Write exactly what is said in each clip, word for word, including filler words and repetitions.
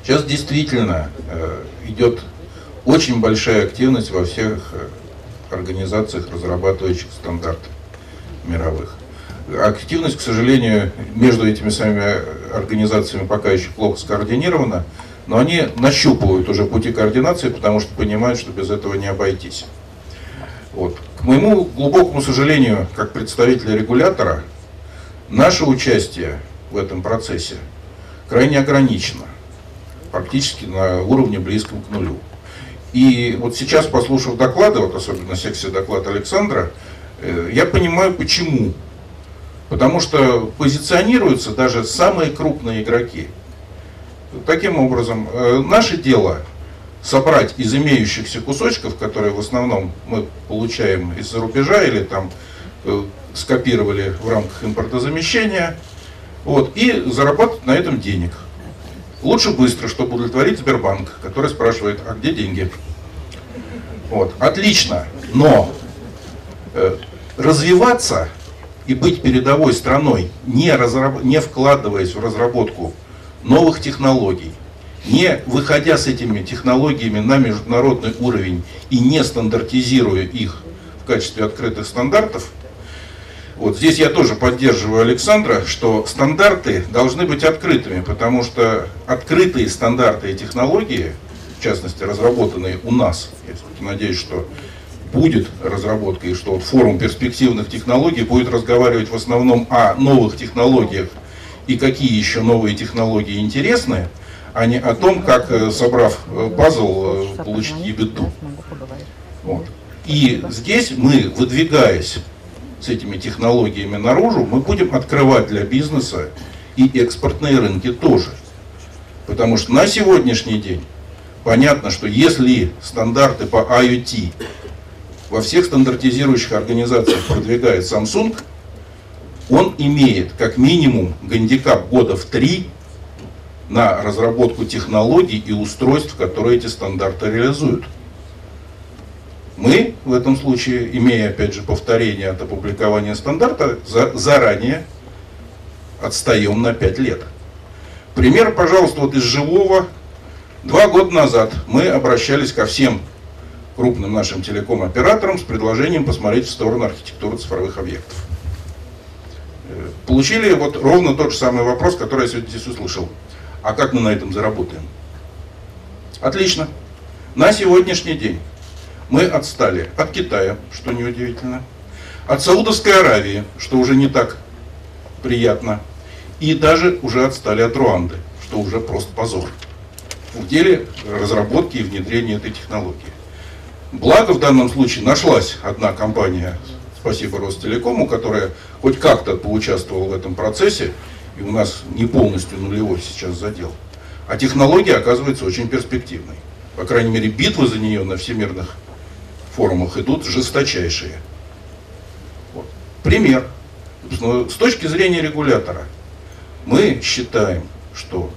Сейчас действительно идет очень большая активность во всех организациях, разрабатывающих стандарты мировых. Активность, к сожалению, между этими самими организациями пока еще плохо скоординирована, но они нащупывают уже пути координации, потому что понимают, что без этого не обойтись. Вот. К моему глубокому сожалению, как представителя регулятора, наше участие в этом процессе крайне ограничено, практически на уровне близком к нулю. И вот сейчас, послушав доклады, вот особенно секция доклад Александра, я понимаю, почему. Потому что позиционируются даже самые крупные игроки. Таким образом, наше дело собрать из имеющихся кусочков, которые в основном мы получаем из-за рубежа или там скопировали в рамках импортозамещения, вот, и зарабатывать на этом денег. Лучше быстро, чтобы удовлетворить Сбербанк, который спрашивает, а где деньги? Вот. Отлично, но э, развиваться и быть передовой страной, не, разраб... не вкладываясь в разработку новых технологий, не выходя с этими технологиями на международный уровень и не стандартизируя их в качестве открытых стандартов, вот здесь я тоже поддерживаю Александра, что стандарты должны быть открытыми, потому что открытые стандарты и технологии, в частности разработанные у нас, я надеюсь, что будет разработка и что вот форум перспективных технологий будет разговаривать в основном о новых технологиях и какие еще новые технологии интересны, а не о том, как, собрав пазл, получить ебеду. Вот. И здесь мы, выдвигаясь с этими технологиями наружу, мы будем открывать для бизнеса и экспортные рынки тоже. Потому что на сегодняшний день понятно, что если стандарты по IoT во всех стандартизирующих организациях продвигает Samsung, он имеет как минимум гандикап года в три на разработку технологий и устройств, которые эти стандарты реализуют. Мы в этом случае, имея опять же повторение от опубликования стандарта, за, заранее отстаем на пять лет. Пример, пожалуйста, вот из живого. Два года назад мы обращались ко всем крупным нашим телеком-операторам с предложением посмотреть в сторону архитектуры цифровых объектов. Получили вот ровно тот же самый вопрос, который я сегодня здесь услышал. А как мы на этом заработаем? Отлично. На сегодняшний день мы отстали от Китая, что неудивительно, от Саудовской Аравии, что уже не так приятно, и даже уже отстали от Руанды, что уже просто позор в деле разработки и внедрения этой технологии. Благо в данном случае нашлась одна компания, спасибо Ростелекому, которая хоть как-то поучаствовала в этом процессе, и у нас не полностью нулевой сейчас задел. А технология оказывается очень перспективной. По крайней мере, битвы за нее на всемирных форумах идут жесточайшие. Вот. Пример. С точки зрения регулятора, мы считаем, что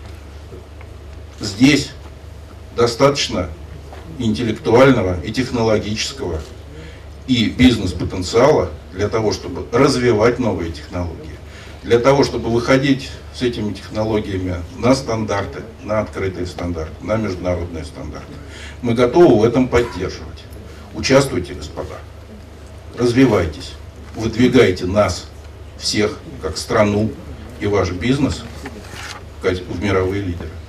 здесь достаточно интеллектуального и технологического и бизнес-потенциала для того, чтобы развивать новые технологии, для того, чтобы выходить с этими технологиями на стандарты, на открытые стандарты, на международные стандарты. Мы готовы в этом поддерживать. Участвуйте, господа, развивайтесь, выдвигайте нас всех, как страну и ваш бизнес, в мировые лидеры.